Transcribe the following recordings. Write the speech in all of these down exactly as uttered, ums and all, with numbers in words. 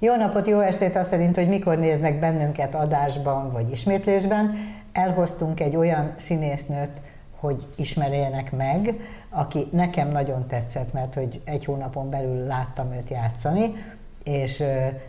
Jó napot, jó estét azt szerint, hogy mikor néznek bennünket adásban vagy ismétlésben. Elhoztunk egy olyan színésznőt, hogy ismerjenek meg, aki nekem nagyon tetszett, mert hogy egy hónapon belül láttam őt játszani, és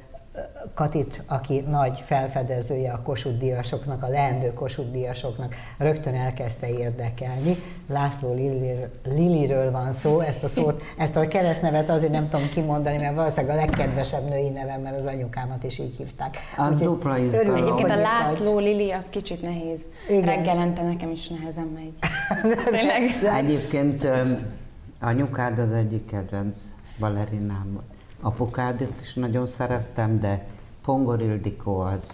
Katit, aki nagy felfedezője a Kossuth-díjasoknak, a leendő Kossuth-díjasoknak, rögtön elkezdte érdekelni. László Liliről, Liliről van szó, ezt a szót, ezt a keresztnevet azért nem tudom kimondani, mert valószínűleg a legkedvesebb női nevem, mert az anyukámat is így hívták. Az úgy, dupla izgalom. Egyébként a László Lili az kicsit nehéz. Igen. Reggelente nekem is nehezen megy. Tényleg. Egyébként anyukád az egyik kedvenc balerinám. Apukádat is nagyon szerettem, de Pongor Ildikó az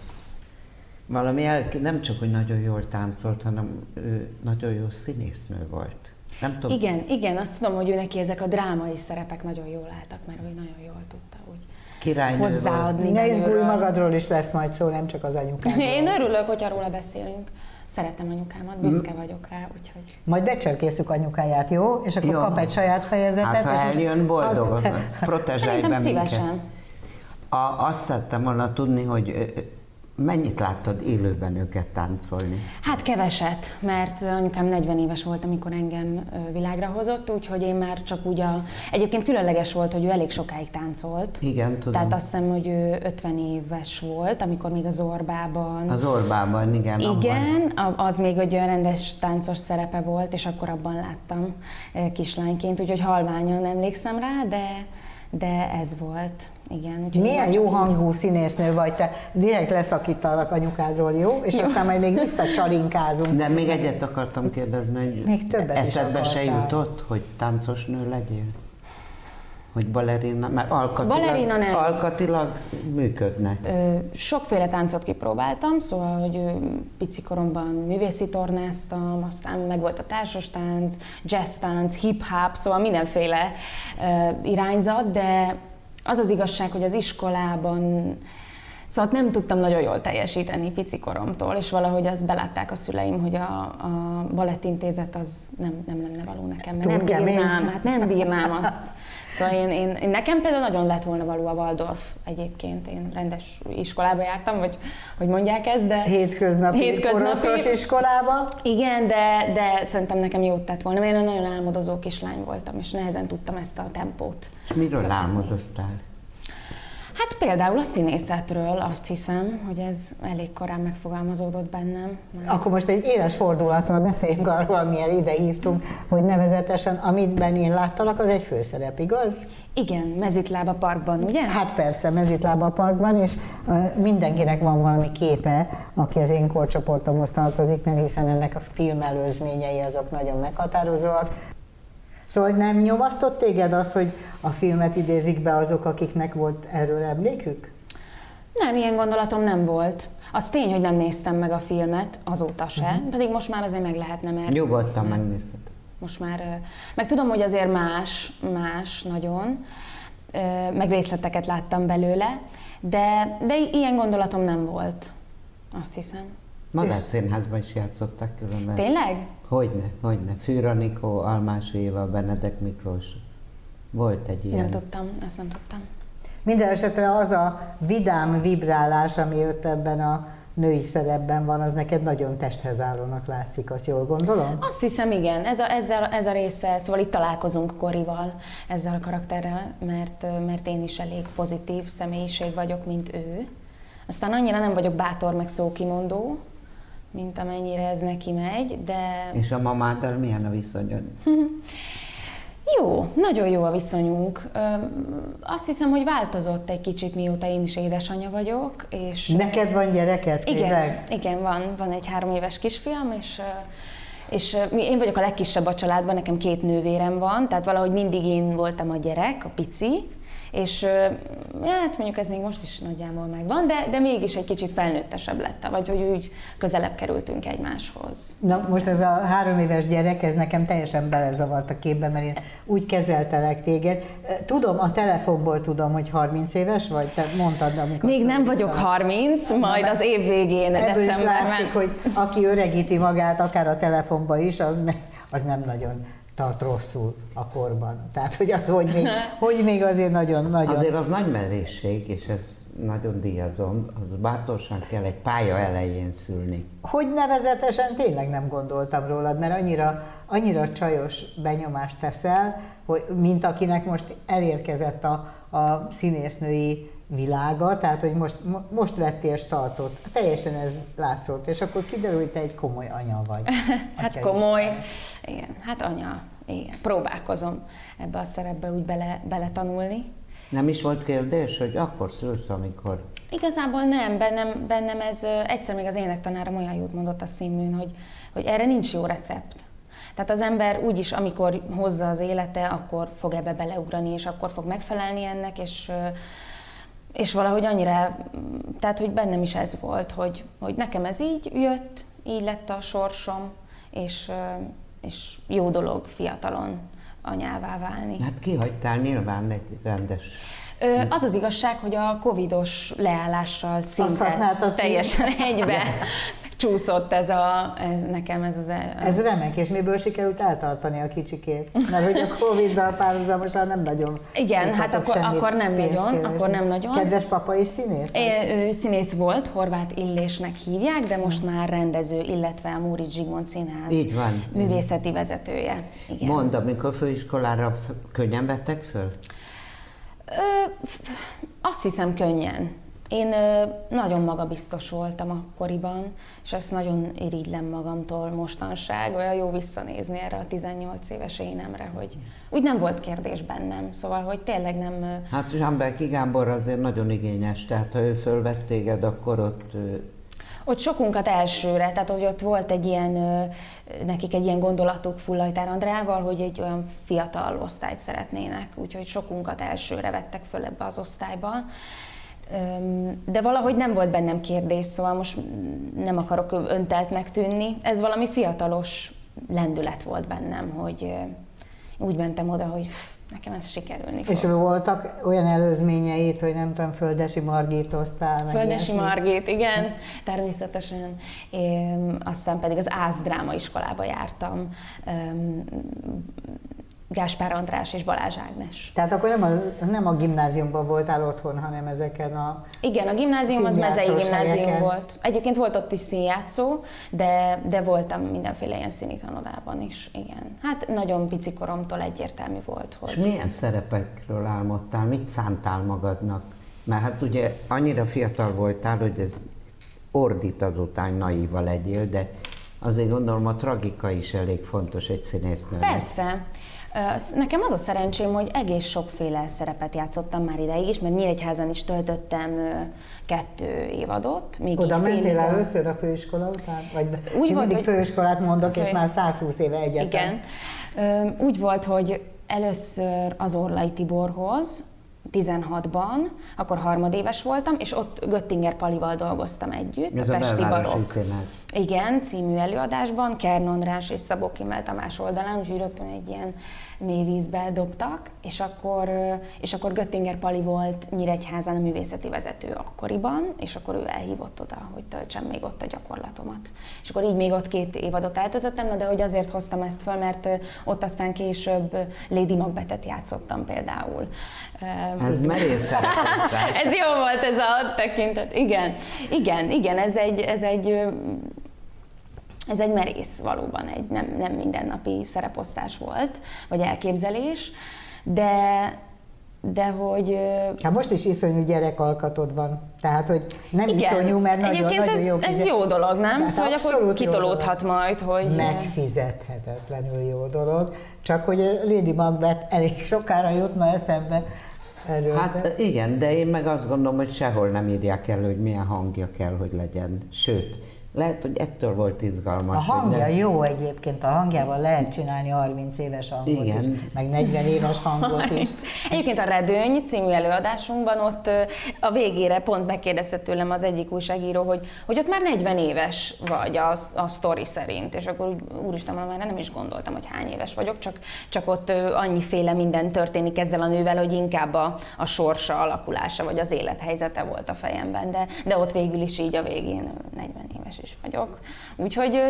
valami el, nem csak, hogy nagyon jól táncolt, hanem ő nagyon jó színésznő volt. Nem tudom. Igen, igen, azt tudom, hogy ő neki ezek a drámai szerepek nagyon jól álltak, mert ő nagyon jól tudta úgy királynő hozzáadni. Ne izgulj, magadról is lesz majd szó, nem csak az anyukádról. Én örülök, hogyha róla beszélünk. Szeretem anyukámat, büszke vagyok rá, úgyhogy... Majd becserkészük anyukáját, jó? És akkor jó. Kap egy saját fejezetet. Hát, ha és eljön boldog, protezsálj be szívesen. A, azt szerettem volna tudni, hogy mennyit láttad élőben őket táncolni? Hát keveset, mert anyukám negyven éves volt, amikor engem világra hozott, úgyhogy én már csak úgy a... Egyébként különleges volt, hogy ő elég sokáig táncolt. Igen, tudom. Tehát azt hiszem, hogy ő ötven éves volt, amikor még az Orbában... Az Orbában, igen. Igen, abban. Az még egy rendes táncos szerepe volt, és akkor abban láttam kislányként, úgyhogy halványan emlékszem rá, de, de ez volt. Igen, milyen jó hangú színésznő vagy te, direkt leszakítalak anyukádról, jó? És jó. Aztán majd még visszacsalinkázunk. De még egyet akartam kérdezni, hogy még többet eszedbe se jutott, hogy táncos nő legyél? Hogy balerina, mert alkatilag, balerina nem. alkatilag működne. Ö, sokféle táncot kipróbáltam, szóval, hogy pici koromban művészi tornáztam, aztán meg volt a társas tánc, jazz tánc, hip-hop, szóval mindenféle ö, irányzat, de az az igazság, hogy az iskolában, szóval nem tudtam nagyon jól teljesíteni pici koromtól, és valahogy azt belátták a szüleim, hogy a, a balettintézet az nem, nem lenne való nekem, mert nem bírnám, hát nem bírnám azt. Szóval én, én, én, nekem például nagyon lett volna való a Waldorf egyébként, én rendes iskolába jártam, vagy hogy mondják ezt, de... Hétköznapi, hétköznapi oroszos iskolába? Igen, de, de szerintem nekem jót tett volna, mert én nagyon álmodozó kislány voltam, és nehezen tudtam ezt a tempót. És miről követni. Álmodoztál? Hát például a színészetről azt hiszem, hogy ez elég korán megfogalmazódott bennem. Akkor most egy éles fordulatról beszéljünk arról, amilyen ide hívtunk, hogy nevezetesen, amitben én láttalak, az egy főszerep, igaz? Igen, Mezitlába Parkban, ugye? Hát persze, Mezitlába Parkban, és mindenkinek van valami képe, aki az én korcsoportomhoz tartozik, mert hiszen ennek a film előzményei azok nagyon meghatározóak. Szóval nem nyomasztott téged az, hogy a filmet idézik be azok, akiknek volt erről emlékük? Nem, ilyen gondolatom nem volt. Az tény, hogy nem néztem meg a filmet, azóta se, uh-huh. pedig most már azért meg lehetne, mert... Nyugodtan megnézted. Most már... Meg tudom, hogy azért más, más nagyon, meg részleteket láttam belőle, de, de ilyen gondolatom nem volt, azt hiszem. Magát színházban is játszották különben. Tényleg? Hogyne, hogyne. Fűr Anikó, Almás Éva, Benedek Miklós. Volt egy ilyen. Nem tudtam, ezt nem tudtam. Minden esetre az a vidám vibrálás, ami ott ebben a női szerepben van, az neked nagyon testhez állónak látszik, azt jól gondolom? Azt hiszem, igen. Ez a, ez a, ez a része, szóval itt találkozunk Korival, ezzel a karakterrel, mert, mert én is elég pozitív személyiség vagyok, mint ő. Aztán annyira nem vagyok bátor, meg szókimondó, mint amennyire ez neki megy, de... És a mamáddal milyen a viszonyod? Jó, nagyon jó a viszonyunk. Azt hiszem, hogy változott egy kicsit, mióta én is édesanyja vagyok, és... Neked van gyereket? Igen, igen, van, van egy három éves kisfiam, és, és én vagyok a legkisebb a családban, nekem két nővérem van, tehát valahogy mindig én voltam a gyerek, a pici, és hát mondjuk ez még most is nagyjából megvan, de, de mégis egy kicsit felnőttesebb lett, vagy hogy úgy közelebb kerültünk egymáshoz. Na most ez a három éves gyerek, ez nekem teljesen belezavart a képbe, mert én úgy kezeltelek téged. Tudom, a telefonból tudom, hogy harminc éves vagy, te mondtad, amikor... Még nem vagyok harminc, majd az év végén, ebből decemberben. Ebből is látszik, hogy aki öregíti magát, akár a telefonban is, az, az nem nagyon tart rosszul a korban. Tehát, hogy, az, hogy, még, hogy még azért nagyon, nagyon... Azért az nagy merészség, és ez nagyon díjazom, az bátorság kell egy pálya elején szülni. Hogy nevezetesen tényleg nem gondoltam rólad, mert annyira, annyira csajos benyomást teszel, hogy, mint akinek most elérkezett a, a színésznői világa, tehát hogy most, most vettél startot, teljesen ez látszott, és akkor kiderült, hogy te egy komoly anya vagy. Hát komoly, igen, hát anya, igen, próbálkozom ebbe a szerepbe úgy bele, bele tanulni. Nem is volt kérdés, hogy akkor szülsz, amikor... Igazából nem, bennem, bennem ez, egyszer még az énektanárom olyan jót mondott a színműn, hogy, hogy erre nincs jó recept. Tehát az ember úgyis, amikor hozza az élete, akkor fog ebbe beleugrani, és akkor fog megfelelni ennek, és, és valahogy annyira, tehát hogy bennem is ez volt, hogy, hogy nekem ez így jött, így lett a sorsom, és, és jó dolog fiatalon anyává válni. Hát kihagytál nyilván egy rendes... Ö, az az igazság, hogy a covidos leállással szinte teljesen egybe csúszott ez a, ez, nekem ez az... A... Ez remek, és miből sikerült eltartani a kicsikét? Mert hogy a Covid-dal párhuzamosan nem nagyon... Igen, hát akkor, akkor nem nagyon, akkor nem nagyon. Kedves papa is színész? É, ő színész volt, Horváth Illésnek hívják, de most már rendező, illetve a Móricz Zsigmond Színház így van. Művészeti vezetője. Igen. Mondd, amikor főiskolára könnyen vettek föl? Ö, azt hiszem könnyen. Én ö, nagyon magabiztos voltam akkoriban, és ezt nagyon irigylem magamtól mostanság, olyan jó visszanézni erre a tizennyolc éves énemre, hogy úgy nem volt kérdés bennem, szóval, hogy tényleg nem... Ö... Hát Zsámbelki Gábor azért nagyon igényes, tehát ha ő fölvett téged, akkor ott... Ö... Ott sokunkat elsőre, tehát hogy ott volt egy ilyen, nekik egy ilyen gondolatuk Fullajtár Andreával, hogy egy olyan fiatal osztályt szeretnének, úgyhogy sokunkat elsőre vettek föl ebbe az osztályba. De valahogy nem volt bennem kérdés, szóval most nem akarok önteltnek tűnni. Ez valami fiatalos lendület volt bennem, hogy úgy mentem oda, hogy nekem ez sikerülni fog. És voltak olyan előzményeit, hogy nem tudom, Földesi Margit osztál? Földesi Margit, igen, természetesen. Én, aztán pedig az ÁSZ drámaiskolába jártam. Gáspár András és Balázs Ágnes. Tehát akkor nem a, nem a gimnáziumban voltál otthon, hanem ezeken a igen, a gimnázium az mezei gimnázium helyeken. Volt. Egyébként volt ott is színjátszó, de, de voltam mindenféle ilyen színitanodában is, igen. Hát nagyon pici koromtól egyértelmű volt, hogy... És milyen szerepekről álmodtál, mit szántál magadnak? Mert hát ugye annyira fiatal voltál, hogy ez ordít azután, naíva legyél, de azért gondolom a tragika is elég fontos egy színésznőnek. Persze. Nekem az a szerencsém, hogy egész sokféle szerepet játszottam már ideig is, mert Nyíregyházan is töltöttem kettő évadot. Még oda mentél először a főiskola után? Vagy úgy volt, mindig hogy... főiskolát mondok, és már száz húsz éve egyetem. Igen. Úgy volt, hogy először az Orlai Tiborhoz, tizenhatban, akkor harmadéves voltam, és ott Göttinger Palival dolgoztam együtt, ez a Pesti Barokk. Igen, című előadásban, Kern András és Szabó Kimmel Tamás oldalán, úgyhogy rögtön egy ilyen mély vízbe dobtak, és akkor, és akkor Göttinger Pali volt Nyíregyházán a művészeti vezető akkoriban, és akkor ő elhívott oda, hogy töltsem még ott a gyakorlatomat. És akkor így még ott két évadot eltöltöttem, na de hogy azért hoztam ezt föl, mert ott aztán később Lady Macbethet játszottam például. Ez merész szereposztás. Ez jó volt ez a tekintet. Igen, igen, igen, ez egy, ez egy Ez egy merész valóban, egy nem, nem mindennapi szereposztás volt, vagy elképzelés, de, de hogy... Hát most is iszonyú gyerekalkatod van, tehát hogy nem igen. iszonyú, mert nagyon, Egyébként nagyon ez, jó ez jó dolog, nem? Hát szóval akkor kitolódhat majd, hogy... Megfizethetetlenül jó dolog, csak hogy Lady Macbeth elég sokára jutna eszembe. Erről, hát de... igen, de én meg azt gondolom, hogy sehol nem írják el, hogy milyen hangja kell, hogy legyen. Sőt, lehet, hogy ettől volt izgalmas. A hangja nem... jó egyébként, a hangjával lehet csinálni harminc éves hangot igen. is, meg negyven éves hangot is. Egyébként a Redőny című előadásunkban ott a végére pont megkérdezte tőlem az egyik újságíró, hogy, hogy ott már negyven éves vagy a, a sztori szerint, és akkor úristen, már nem is gondoltam, hogy hány éves vagyok, csak, csak ott annyiféle minden történik ezzel a nővel, hogy inkább a, a sorsa, alakulása, vagy az élethelyzete volt a fejemben, de, de ott végül is így a végén negyven éves is vagyok. Úgyhogy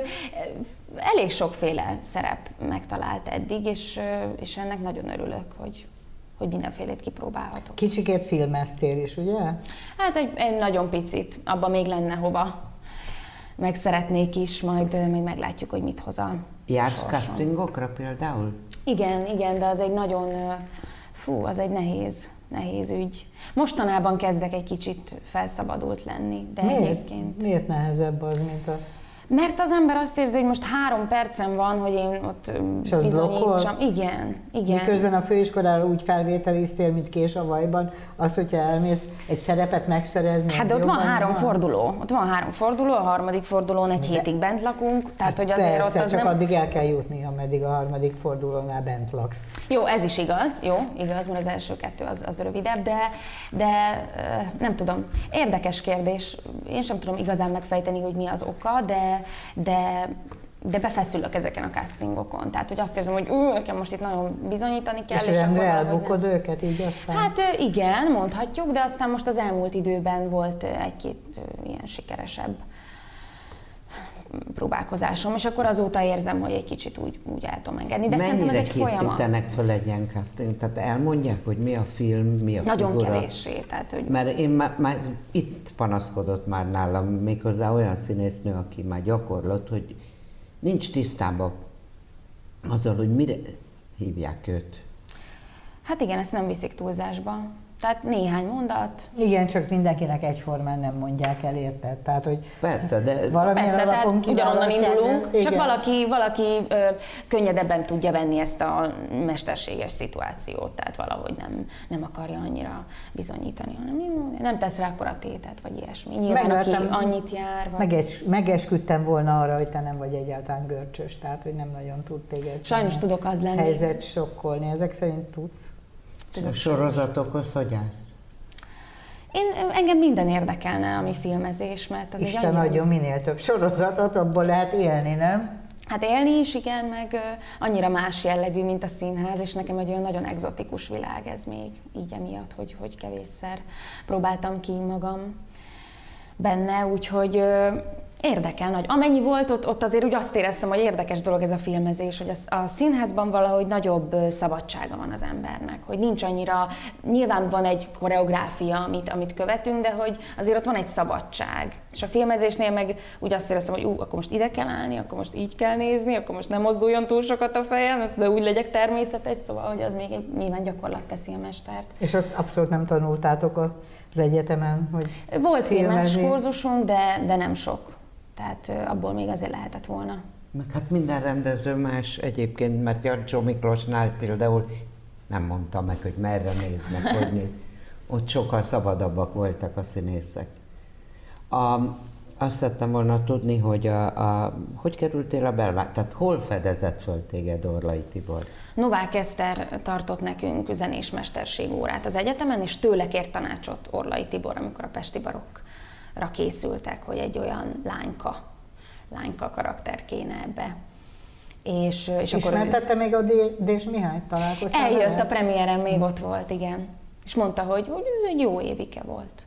elég sokféle szerep megtalált eddig, és, és ennek nagyon örülök, hogy, hogy mindenfélét kipróbálhatok. Kicsikét filmeztél is, ugye? Hát egy, egy nagyon picit, abban még lenne hova. Meg szeretnék is, majd, majd meglátjuk, hogy mit hoz a Jársz sorsom. castingokra például? Igen, igen, de az egy nagyon, fú, az egy nehéz, nehéz ügy. Mostanában kezdek egy kicsit felszabadult lenni, de Miért? egyébként... Miért nehezebb az, mint a... Mert az ember azt érzi, hogy most három percem van, hogy én ott És az bizonyítsam. Igen, igen. Miközben a főiskolára úgy felvételiztél, mint Kés a vajban, az, hogyha elmész egy szerepet megszerezni... Hát de ott van három az? forduló. Ott van három forduló, a harmadik fordulón egy de... hétig bent lakunk, tehát hát hogy azért persze, ott az csak nem... addig el kell jutni, ameddig a harmadik fordulónál bent laksz. Jó, ez is igaz, jó, igaz, mert az első kettő az, az rövidebb, de, de nem tudom, érdekes kérdés. Én sem tudom igazán megfejteni, hogy mi az oka, de, de, de befeszülök ezeken a castingokon. Tehát, hogy azt érzem, hogy ú, nekem most itt nagyon bizonyítani kell. És, és rendre elbukod őket így aztán? Hát igen, mondhatjuk, de aztán most az elmúlt időben volt egy-két ilyen sikeresebb próbálkozásom, és akkor azóta érzem, hogy egy kicsit úgy, úgy el tudom engedni. De mennyire szerintem ez egy folyamat. készítenek föl egy ilyen casting? Tehát elmondják, hogy mi a film, mi a Nagyon figura? kevéssé. Tehát, hogy... Mert én már, már itt panaszkodott már nálam méghozzá olyan színésznő, aki már gyakorlott, hogy nincs tisztában azzal, hogy mire hívják őt. Hát igen, ezt nem viszik túlzásba. Tehát néhány mondat. Igen, csak mindenkinek egyformán nem mondják el, érted? Tehát, hogy persze, de valamilyen persze, alapon ugyanonnan indulunk, igen. csak valaki, valaki ö, könnyedebben tudja venni ezt a mesterséges szituációt, tehát valahogy nem, nem akarja annyira bizonyítani, hanem jó, nem tesz rá akkora tétet, vagy ilyesmi. Nyilván, aki annyit jár. Vagy... Meges, megesküdtem volna arra, hogy te nem vagy egyáltalán görcsös, tehát, hogy nem nagyon tud téged. Sajnos tudok az lenni. Helyzet sokkolni, ezek szerint tudsz? a sorozatokhoz hogy állsz? Én, engem minden érdekelne, ami filmezés, mert az Isten egy annyira... adjon, minél több sorozatot, abból lehet élni, nem? Hát élni is, igen, meg annyira más jellegű, mint a színház, és nekem egy olyan nagyon egzotikus világ ez még, így emiatt, hogy, hogy kevésszer próbáltam ki magam benne, úgyhogy érdekel nagy. Amennyi volt, ott, ott azért úgy azt éreztem, hogy érdekes dolog ez a filmezés, hogy a, a színházban valahogy nagyobb szabadsága van az embernek, hogy nincs annyira, nyilván van egy koreográfia, amit, amit követünk, de hogy azért ott van egy szabadság. És a filmezésnél meg úgy azt éreztem, hogy ú, akkor most ide kell állni, akkor most így kell nézni, akkor most nem mozduljon túl sokat a fejem, de úgy legyek természetes, szóval, hogy az még egy nyilván gyakorlat teszi a mestert. És azt abszolút nem tanultátok az egyetemen, hogy volt filmes kurzusunk, de, de nem sok. Tehát abból még azért lehetett volna. Meg hát minden rendező más egyébként, mert Jancsó Miklósnál például nem mondta meg, hogy merre néznek, hogy néz. Ott sokkal szabadabbak voltak a színészek. A, azt szerettem volna tudni, hogy a, a, hogy kerültél a belvág, tehát hol fedezett föl téged Orlai Tibor? Novák Eszter tartott nekünk zenés mesterség órát az egyetemen, és tőle kért tanácsot Orlai Tibor, amikor a Pesti Barokkra készültek, hogy egy olyan lányka, lányka karakter kéne ebbe. És, és ismertette még a Dés Mihályt? Találkoztál eljött vele? a premiéren, még ott volt, igen. És mondta, hogy, hogy egy jó évike volt.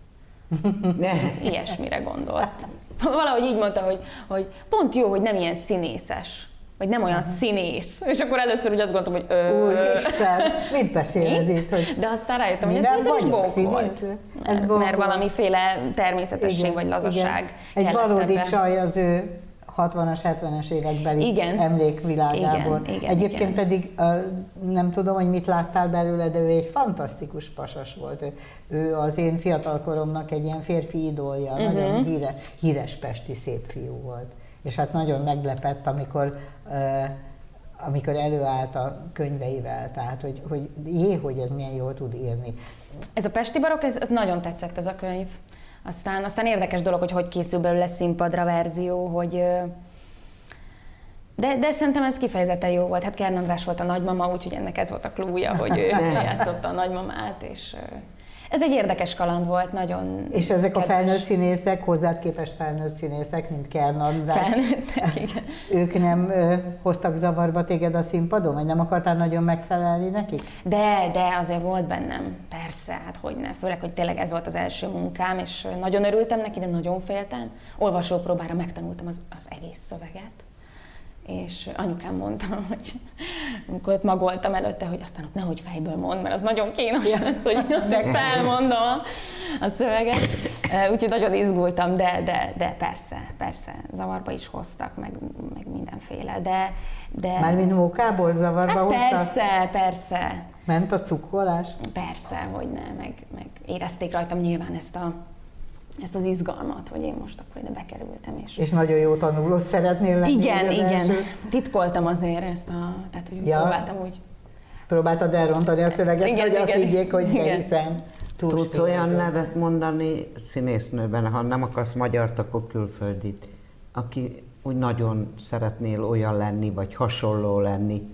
Ilyesmire gondolt. Valahogy így mondta, hogy, hogy pont jó, hogy nem ilyen színészes, vagy nem olyan uh-huh. színész. És akkor először úgy azt gondoltam, hogy... Ö... Úristen, mit beszél ez itt? Hogy de aztán rájöttem, hogy ez nem is bók volt. Ez mert, mert valamiféle természetesség igen, vagy lazaság. Egy valódi ebbe. Csaj az ő hatvanas, hetvenes évekbeli igen. emlékvilágából. Igen, igen, Egyébként igen. pedig nem tudom, hogy mit láttál belőle, de ő egy fantasztikus pasas volt. Ő, ő az én fiatalkoromnak egy ilyen férfi idólja, uh-huh. nagyon híres, híres pesti szép fiú volt. És hát nagyon meglepett, amikor, uh, amikor előállt a könyveivel, tehát hogy, hogy jé, hogy ez milyen jól tud írni. Ez a Pesti Barokk, ez nagyon tetszett ez a könyv. Aztán, aztán érdekes dolog, hogy hogy készül belőle színpadra verzió, hogy... De, de szerintem ez kifejezetten jó volt. Hát Kern András volt a nagymama, úgyhogy ennek ez volt a klúja, hogy ő játszotta a nagymamát, és ez egy érdekes kaland volt, nagyon És ezek kedves. A felnőtt színészek, hozzád képest felnőtt színészek, mint Kern András. Felnőttek, igen. Ők nem ö, hoztak zavarba téged a színpadon, vagy nem akartál nagyon megfelelni nekik? De, de azért volt bennem, persze, hát hogyne. Főleg, hogy tényleg ez volt az első munkám, és nagyon örültem neki, de nagyon féltem. Olvasópróbára megtanultam az, az egész szöveget. és anyukám mondta, hogy amikor ott magoltam előtte, hogy aztán ott nehogy fejből mond, mert az nagyon kínos ja. lesz, hogy ott felmondom a szöveget. Úgyhogy nagyon izgultam, de, de, de persze, persze, zavarba is hoztak, meg, meg mindenféle, de... de... Mármint mókából zavarba hát hoztak? Persze, persze. Ment a cukkolás? Persze, hogy ne, meg, meg érezték rajtam nyilván ezt a ezt az izgalmat, hogy én most akkor ide bekerültem. És, és nagyon jó tanuló szeretnél lenni. Igen, igen. Első. Titkoltam azért ezt a... Tehát, hogy ja. próbáltam úgy... Próbáltad elrontani a szöveget, igen, hogy igen, azt higgyék, hogy igen. Hiszen tudsz olyan nevet mondani színésznőben, ha nem akarsz magyart, akkor külföldit, aki úgy nagyon szeretnél olyan lenni, vagy hasonló lenni?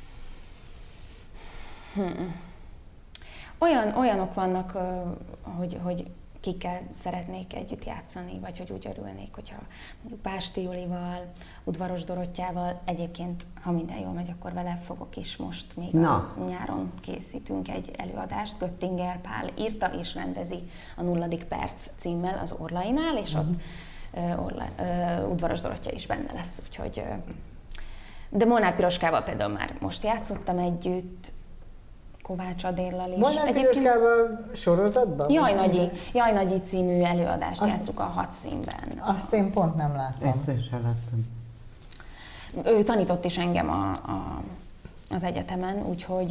Hmm. Olyan, olyanok vannak, hogy, hogy kikkel szeretnék együtt játszani, vagy hogy úgy örülnék, hogyha mondjuk Pásti Julival, Udvaros Dorottyával, egyébként, ha minden jól megy, akkor vele fogok is most még Na. a nyáron készítünk egy előadást. Göttinger Pál írta és rendezi a Nulladik perc címmel az Orlainál, és uh-huh. ott uh, Orla, uh, Udvaros Dorottya is benne lesz, úgyhogy... Uh, de Molnár Piroskával például már most játszottam együtt, Kovács Adéllal is. Molnár Piroskával sorozatban? Jaj Nagyi, Jaj Nagyi című előadást azt, játszuk a Hat színben. Azt én pont nem láttam. Ezt is láttam. Ő tanított is engem a, a, az egyetemen, úgyhogy,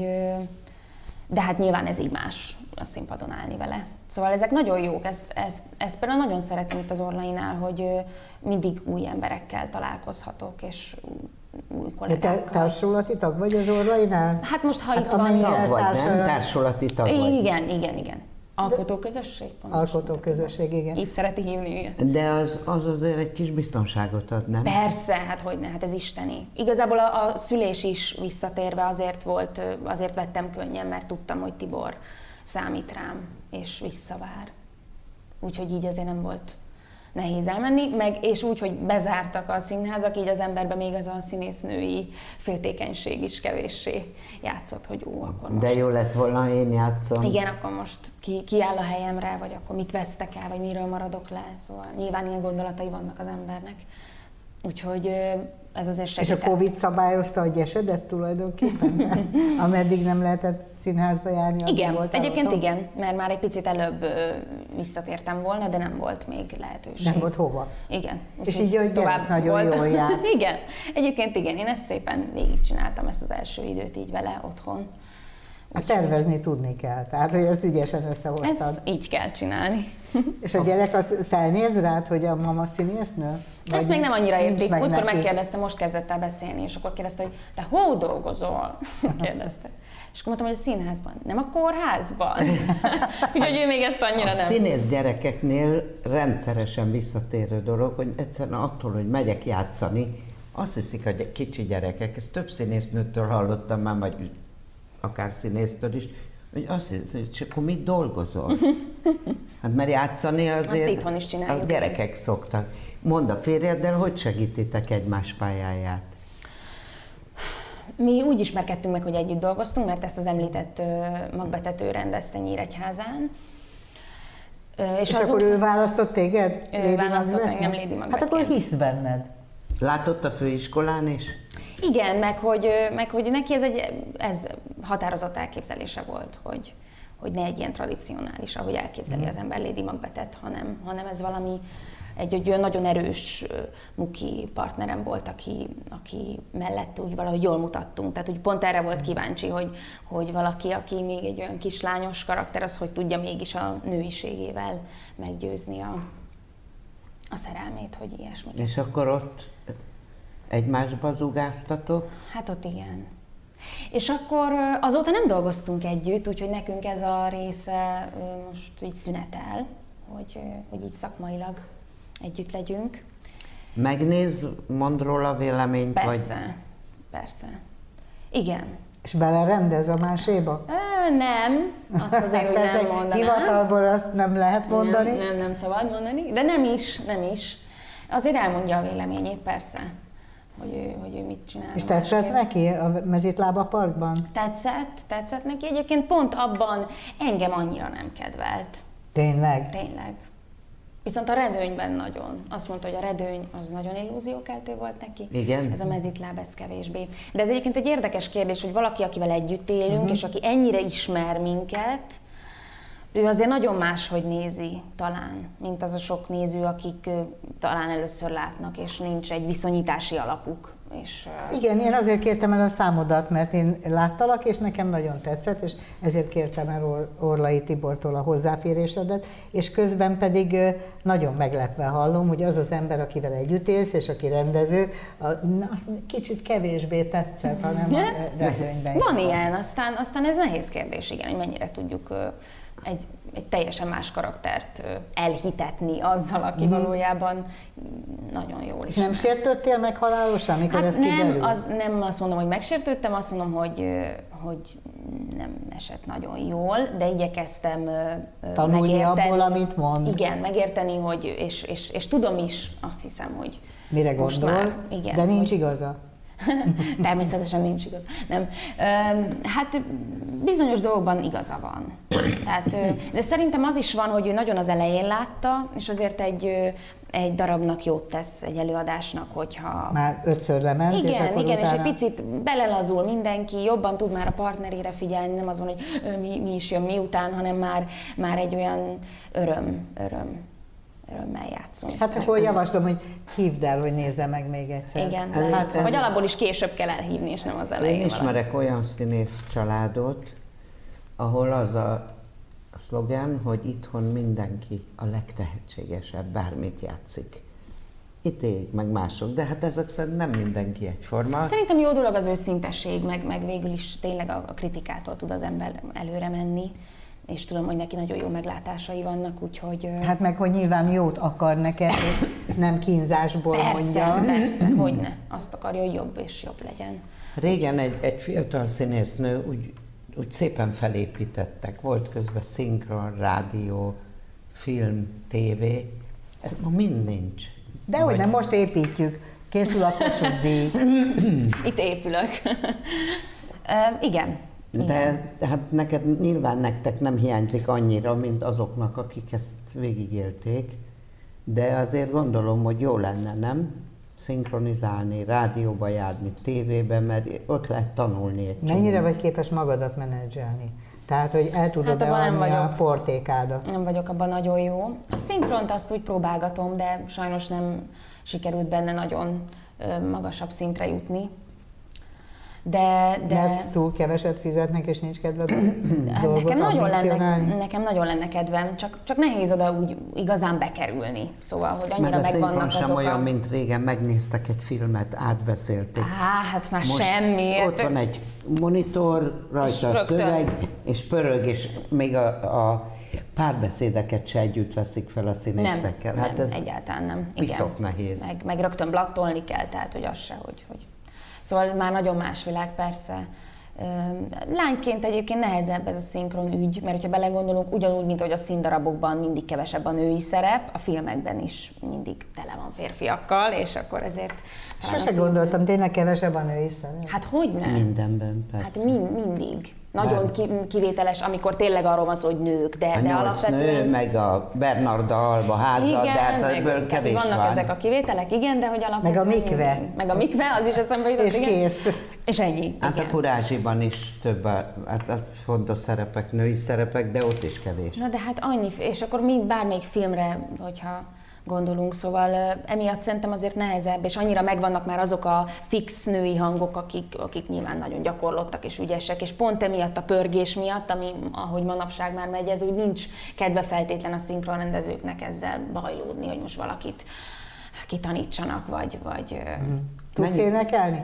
de hát nyilván ez így más a színpadon állni vele. Szóval ezek nagyon jók, ezt, ezt, ezt például nagyon szeretem itt az Orlainál, hogy mindig új emberekkel találkozhatok, és új kollégákkal. Te társulati tag vagy az Orlainál? Hát most, ha hát itt van... Tag vagy, nem? Társulati tag vagy. Igen, igen, igen. Alkotóközösség? Alkotóközösség, igen. Így szereti hívni, igen. De az, az azért egy kis biztonságot ad, nem? Persze, hát hogyne, hát ez isteni. Igazából a, a szülés is visszatérve azért volt, azért vettem könnyen, mert tudtam, hogy Tibor számít rám, és visszavár. Úgyhogy így azért nem volt nehéz elmenni, meg, és úgy, hogy bezártak a színházak, így az emberben még az a színésznői féltékenység is kevéssé játszott, hogy ó, akkor most... De jó lett volna, ha én játszom. Igen, akkor most ki, ki áll a helyemre, vagy akkor mit vesztek el, vagy miről maradok le, szóval nyilván ilyen gondolatai vannak az embernek. Úgyhogy ez azért segített. És a Covid szabályozta, hogy esedett tulajdonképpen? Ameddig nem lehetett színházba járni? Igen, volt egyébként autó? Igen, mert már egy picit előbb visszatértem volna, de nem volt még lehetőség. Nem volt hova? Igen. És így, hogy tovább nagyon volt. Jól jár. Igen, egyébként igen, én ezt szépen végigcsináltam ezt az első időt így vele otthon. Hát tervezni tudni kell, tehát hogy ezt ügyesen összehoztad. Ezt így kell csinálni. És a gyerek az felnéz rád, hogy a mama színésznő? Ezt még nem annyira értik. Meg Útkor megkérdezte, most kezdett el beszélni, és akkor kérdezte, hogy te hol dolgozol? Kérdezte. És akkor mondtam, hogy a színházban. Nem a kórházban? Úgyhogy ő még ezt annyira a nem. A színész gyerekeknél rendszeresen visszatérő dolog, hogy egyszerűen attól, hogy megyek játszani, azt hiszik a kicsi gyerekek, ezt több színésznőtől hallottam már, vagy akár színésztől is, hogy azt hiszem, hogy csak akkor mit dolgozol? Hát mert játszani azért itthon is csináljuk. A gyerekek szoktak. Mondd a férjeddel, hogy segítitek egymás pályáját? Mi úgy ismerkedtünk meg, hogy együtt dolgoztunk, mert ezt az említett magbetető rendezte Nyíregyházán. És, és akkor ő választott téged? Ő választott engem Lady Macbethként. Hát akkor hisz benned. Látott a főiskolán is? Igen, meg hogy, meg hogy neki ez egy ez határozott elképzelése volt, hogy, hogy ne egy ilyen tradicionális, ahogy elképzeli mm. az ember Lady Macbethet, hanem, hanem ez valami, egy, egy olyan nagyon erős muki partnerem volt, aki, aki mellett úgy valahogy jól mutattunk. Tehát úgy pont erre volt kíváncsi, hogy, hogy valaki, aki még egy olyan kislányos karakter, az hogy tudja mégis a nőiségével meggyőzni a, a szerelmét, hogy ilyesmi. És akkor ott egymásba zugáztatok? Hát ott igen. És akkor azóta nem dolgoztunk együtt, úgyhogy nekünk ez a része most így szünetel, hogy, hogy így szakmailag együtt legyünk. Megnéz, mond róla véleményt? Persze, vagy... persze. Igen. És belerendez a máséba? Ö, nem, azt azért, hogy nem mondanám. Hivatalból azt nem lehet mondani? Nem, nem, nem szabad mondani, de nem is, nem is. Azért elmondja a véleményét, persze. Hogy ő, hogy ő mit csinál. És tetszett másképp. Neki a Mezitlába Parkban? Tetszett, tetszett neki. Egyébként pont abban engem annyira nem kedvelt. Tényleg? Tényleg. Viszont a redőnyben nagyon. Azt mondta, hogy a redőny az nagyon illúziókeltő volt neki. Igen. Ez a mezitláb, ez kevésbé. De ez egyébként egy érdekes kérdés, hogy valaki, akivel együtt élünk, uh-huh. és aki ennyire ismer minket, ő azért nagyon máshogy nézi talán, mint az a sok néző, akik talán először látnak, és nincs egy viszonyítási alapuk. És, igen, én azért kértem el a számodat, mert én láttalak, és nekem nagyon tetszett, és ezért kértem el Or- Orlai Tibortól a hozzáférésedet, és közben pedig nagyon meglepve hallom, hogy az az ember, akivel együtt élsz, és aki rendező, a, na, kicsit kevésbé tetszett, hanem a redőnyben. Van ilyen, aztán, aztán ez nehéz kérdés, igen, hogy mennyire tudjuk egy, egy teljesen más karaktert elhitetni azzal, aki mm. valójában nagyon jól is. És nem sértődtél meg halálosan, mikor hát ez nem, kiderül? az, nem azt mondom, hogy megsértődtem, azt mondom, hogy, hogy nem esett nagyon jól, de igyekeztem tanulni megérteni. abból, amit mond. Igen, megérteni, hogy, és, és, és tudom is, azt hiszem, hogy mire most gondol, már, igen, de nincs hogy, igaza. Természetesen nincs igaz. Nem. Hát bizonyos dolgokban igaza van. Tehát, de szerintem az is van, hogy ő nagyon az elején látta, és azért egy, egy darabnak jót tesz, egy előadásnak, hogyha... Már ötször lement, igen, és akkor igen, utána... és egy picit belelazul mindenki, jobban tud már a partnerére figyelni, nem az van, hogy mi, mi is jön miután, hanem már, már egy olyan öröm, öröm. örömmel játszunk. Hát akkor javaslom, hogy hívd el, hogy nézze meg még egyszer. Igen, ez, hát, ez, vagy alapból is később kell elhívni, és nem az elején. Én ismerek valami olyan színész családot, ahol az a szlogán, hogy itthon mindenki a legtehetségesebb, bármit játszik. Itt éljük meg mások, de hát ezek szerint nem mindenki egyforma. Szerintem jó dolog az őszintesség, meg, meg végül is tényleg a, a kritikától tud az ember előre menni. És tudom, hogy neki nagyon jó meglátásai vannak, úgyhogy... Hát meg, hogy nyilván jót akar neked, és nem kínzásból persze, mondja. Persze, hogyne. Azt akarja, hogy jobb és jobb legyen. Régen egy, egy fiatal színésznő úgy, úgy szépen felépítettek. Volt közben szinkron, rádió, film, tévé. Ez ma mind nincs. De hogy nem, most építjük. Készül a Kossuth díj. Itt épülök. uh, igen. De hát neked, nyilván nektek nem hiányzik annyira, mint azoknak, akik ezt végigélték, de azért gondolom, hogy jó lenne, nem? Szinkronizálni, rádióba járni, tévébe, mert ott lehet tanulni egy Mennyire csomó. vagy képes magadat menedzselni? Tehát, hogy el tudod Hát, adni vagyok. a portékádat? Nem vagyok abban nagyon jó. A szinkront azt úgy próbálgatom, de sajnos nem sikerült benne nagyon magasabb szintre jutni. De, de... Mert túl keveset fizetnek, és nincs kedved hát nekem, nagyon lenne, nekem nekem nagyon lenne kedvem, csak, csak nehéz oda úgy igazán bekerülni. Szóval, hogy annyira Mert a megvannak sem azok olyan, a... mint régen, megnéztek egy filmet, átbeszélték. Á, hát már Most semmi. Ott van egy monitor, rajta a szöveg, és pörög, és még a, a párbeszédeket se együtt veszik fel a színészekkel. Nem, hát nem ez egyáltalán nem. piszok nehéz. Meg, meg rögtön blattolni kell, tehát hogy az se, hogy... hogy... Szóval már nagyon más világ, persze. Lányként egyébként nehezebb ez a szinkron ügy, mert hogyha belegondolunk, ugyanúgy, mint hogy a színdarabokban mindig kevesebb a női szerep, a filmekben is mindig tele van férfiakkal, és akkor ezért... Sose gondoltam, tényleg kevesebb a női szerep. Hát hogy nem? Mindenben, persze. Hát mind, mindig. Nagyon ki, kivételes, amikor tényleg arról van szó, hogy nők, de, a de nyolc alapvetően... nő, meg a Bernarda Alba háza, igen, de hát meg, ebből kevés vannak van. ezek a kivételek, igen, de hogy alapvetően... Meg a mikve. Meg a mikve, az is eszembe jutott, És igen. kész. És ennyi, Hát igen. a Kurázsiban is több a, hát a fontos szerepek, női szerepek, de ott is kevés. Na de hát annyi, és akkor mind bármelyik filmre, hogyha gondolunk, szóval emiatt szerintem azért nehezebb, és annyira megvannak már azok a fix női hangok, akik, akik nyilván nagyon gyakorlottak és ügyesek, és pont emiatt a pörgés miatt, ami ahogy manapság már megy, ez úgy nincs kedve feltétlen a szinkronrendezőknek ezzel bajlódni, hogy most valakit kitanítsanak, vagy... vagy mm. Tudsz énekelni?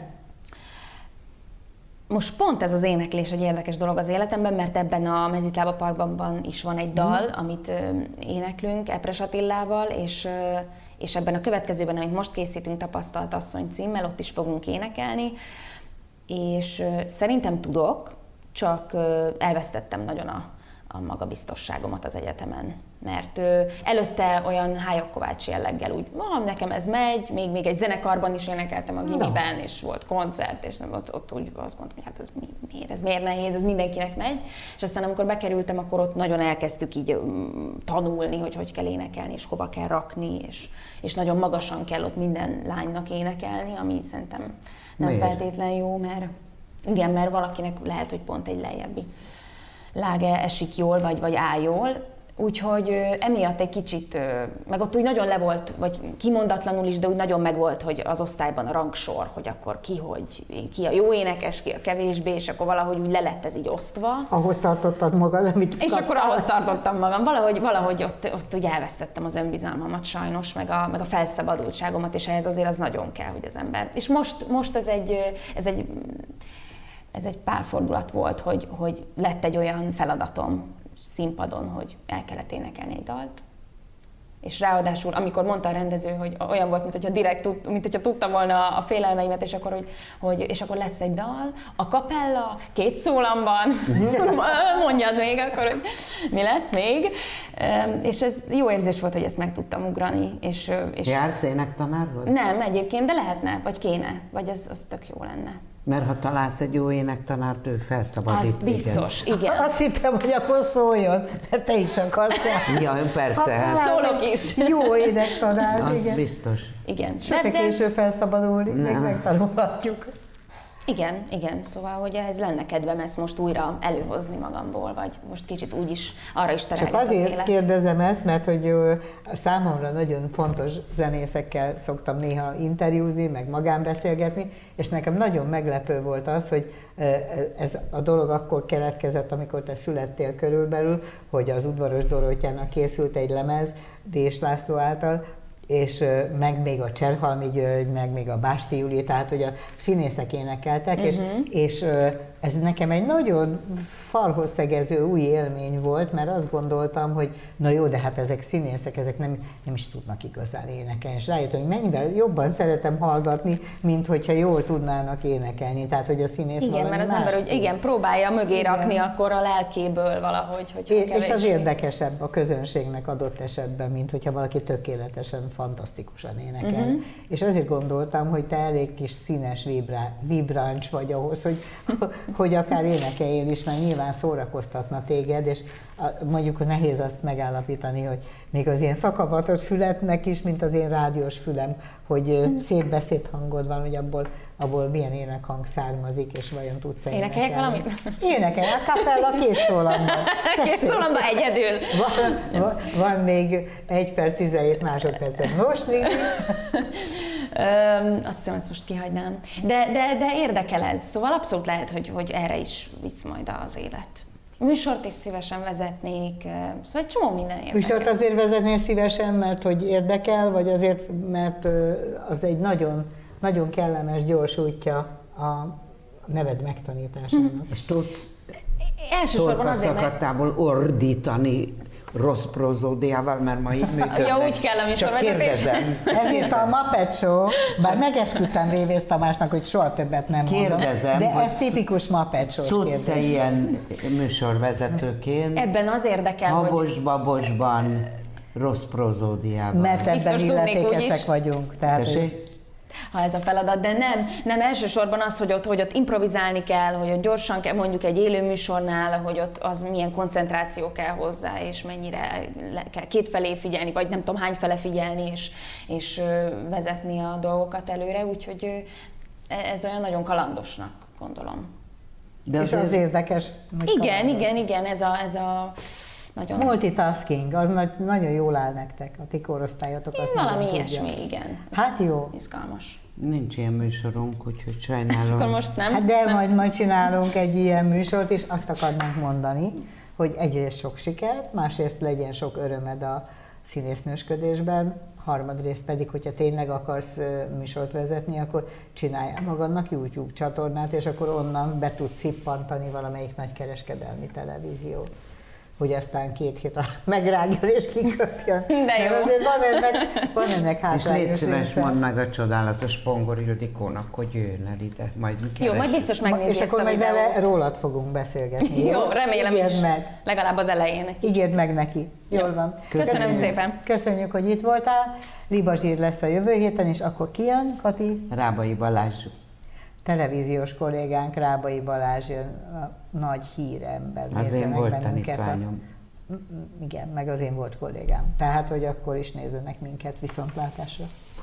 Most pont ez az éneklés egy érdekes dolog az életemben, mert ebben a Mezitlába Parkban is van egy dal, mm. amit éneklünk Epres Attilával, és, és ebben a következőben, amit most készítünk, Tapasztalt asszony címmel, ott is fogunk énekelni, és szerintem tudok, csak elvesztettem nagyon a, a magabiztosságomat az egyetemen, mert ö, előtte olyan Hájak Kovács jelleggel úgy, ah, nekem ez megy, még, még egy zenekarban is énekeltem a gimiben, no. és volt koncert, és ott, ott úgy azt gondoltam, hogy hát ez mi, miért, ez miért nehéz, ez mindenkinek megy, és aztán amikor bekerültem, akkor ott nagyon elkezdtük így um, tanulni, hogy hogy kell énekelni, és hova kell rakni, és, és nagyon magasan kell ott minden lánynak énekelni, ami szerintem nem miért? Feltétlen jó, mert igen, mert valakinek lehet, hogy pont egy lejjebbi láge esik jól, vagy, vagy áll jól. Úgyhogy emiatt egy kicsit, meg ott úgy nagyon le volt, vagy kimondatlanul is, de úgy nagyon megvolt, hogy az osztályban a rangsor, hogy akkor ki, hogy ki a jó énekes, ki a kevésbé, és akkor valahogy úgy le lett ez így osztva. Ahhoz tartottad magad, amit És kaptál. Akkor ahhoz tartottam magam. Valahogy, valahogy ott, ott úgy elvesztettem az önbizalmamat sajnos, meg a, meg a felszabadultságomat, és ehhez azért az nagyon kell, hogy az ember. És most, most ez egy, ez egy, ez egy pálfordulat volt, hogy, hogy lett egy olyan feladatom színpadon, hogy el kellett énekelni egy dalt. És ráadásul, amikor mondta a rendező, hogy olyan volt, mint hogyha direkt, mint hogyha tudta volna a félelmeimet, és akkor, hogy, hogy és akkor lesz egy dal, a kapella, két szólamban, mondjad még akkor, hogy mi lesz még. És ez jó érzés volt, hogy ezt meg tudtam ugrani. És, és jársz énektanár vagy? Nem, egyébként, de lehetne, vagy kéne, vagy az, az tök jó lenne. Mert ha találsz egy jó énektanárt, ő felszabadít. Az biztos, igen. igen. Azt hittem, hogy akkor szóljon, mert te is akarsz. Ja, persze. Szólok is. Jó énektanár, az igen. biztos. Igen. Sose de, késő felszabadulni, nem. Még megtanulhatjuk. Igen, igen, szóval, hogy ez lenne kedvem ezt most újra előhozni magamból, vagy most kicsit úgy is, arra is terelget az élet. Csak azért kérdezem ezt, mert hogy számomra nagyon fontos zenészekkel szoktam néha interjúzni, meg magánbeszélgetni, és nekem nagyon meglepő volt az, hogy ez a dolog akkor keletkezett, amikor te születtél körülbelül, hogy az Udvaros Dorottyanak készült egy lemez Dés László által, és meg még a Cserhalmi György, meg még a Básti Júli, tehát hogy a színészek énekeltek, uh-huh. és, és ez nekem egy nagyon falhoz szegező új élmény volt, mert azt gondoltam, hogy na jó, de hát ezek színészek, ezek nem, nem is tudnak igazán énekelni, és rájöttem, hogy mennyivel jobban szeretem hallgatni, mint hogyha jól tudnának énekelni, tehát hogy a színész igen, mert az ember úgy, igen, próbálja mögé igen. rakni akkor a lelkéből valahogy, hogy és, és az érdekesebb a közönségnek adott esetben, mint hogyha valaki tökéletesen, fantasztikusan énekel. Uh-huh. És ezért gondoltam, hogy te elég kis színes vibrá, vibráns vagy ahhoz, hogy, hogy akár énekeljél is, mert nyilván szórakoztatna téged, és mondjuk nehéz azt megállapítani, hogy még az ilyen szakavatott fületnek is, mint az én rádiós fülem, hogy hmm. szép beszédhangod van, hogy abból, abból milyen énekhang származik, és vajon tudsz énekelni. Énekeljek valamit? Énekelj, a kapella két szólamban. Két szólamban egyedül. Van, van, van még egy perc, tizenhét másodpercet. Most, Lili? Öm, azt hiszem, ezt most kihagynám. De, de, de érdekel ez, szóval abszolút lehet, hogy, hogy erre is visz majd az élet. Műsort is szívesen vezetnék, szóval egy csomó minden érdekel. Műsort azért vezetnél szívesen, mert hogy érdekel, vagy azért, mert az egy nagyon, nagyon kellemes, gyors útja a neved megtanításának. Hmm. És tudsz elsősorban azért szakadtából ordítani rossz prozódiával, mert ma így működnek. Ja, úgy kell a műsorvezetés. Csak kérdezem. Ezért a Muppet Show, bár megesküdtem Révész Tamásnak, hogy soha többet nem kérdezem, mondom, de ez tipikus Muppet Show-s kérdés. Tudsz-e ilyen műsorvezetőként? Ebben az érdekel, Habos-babosban, rossz prozódiában. Mert ebben illetékesek vagyunk. Tehát ha ez a feladat, de nem, nem elsősorban az, hogy ott, hogy ott improvizálni kell, hogy ott gyorsan kell, mondjuk egy élő műsornál, hogy ott az milyen koncentráció kell hozzá, és mennyire kell kétfelé figyelni, vagy nem tudom hány fele figyelni, és, és vezetni a dolgokat előre, úgyhogy ez olyan nagyon kalandosnak gondolom. De és az érdekes. Igen, kalandos. igen, igen, ez a... Ez a Nagyon multitasking, az nagy, nagyon jól áll nektek, a ti korosztályotok azt valami nagyon ilyesmi, tudja. igen. Hát jó. Izgalmas. Nincs ilyen műsorunk, úgyhogy sajnálom. Akkor most nem. Hát de nem. majd, majd csinálunk egy ilyen műsort, és azt akarnánk mondani, hogy egyrészt sok sikert, másrészt legyen sok örömed a színésznősködésben, harmadrészt pedig, hogyha tényleg akarsz műsort vezetni, akkor csináljál magadnak YouTube csatornát, és akkor onnan be tudsz szippantani valamelyik nagykereskedelmi televíziót. hogy aztán két hét alatt megrágjon és kiköpjön. De jó. Mert azért van ennek, van ennek hátrányos És légy szíves, része. mondd meg a csodálatos Pongor Ildikónak, hogy jöjjön el ide, majd mi Jó, majd biztos megnézi És ezt akkor a meg videót. vele rólad fogunk beszélgetni. Jó, remélem Ígérd is. meg. Legalább az elején. Ígérd meg neki. Jól Jó. van. Köszönöm szépen. Köszönjük, hogy itt voltál. Libazsír lesz a jövő héten, és akkor ki jön, Kati? Rábai Balázs. Televíziós kollégánk Rábai Balázs jön, a nagy hírember. Az én Nézzenek volt bennünket. tanítványom. Igen, meg az én volt kollégám. Tehát, hogy akkor is nézzenek minket viszontlátásra.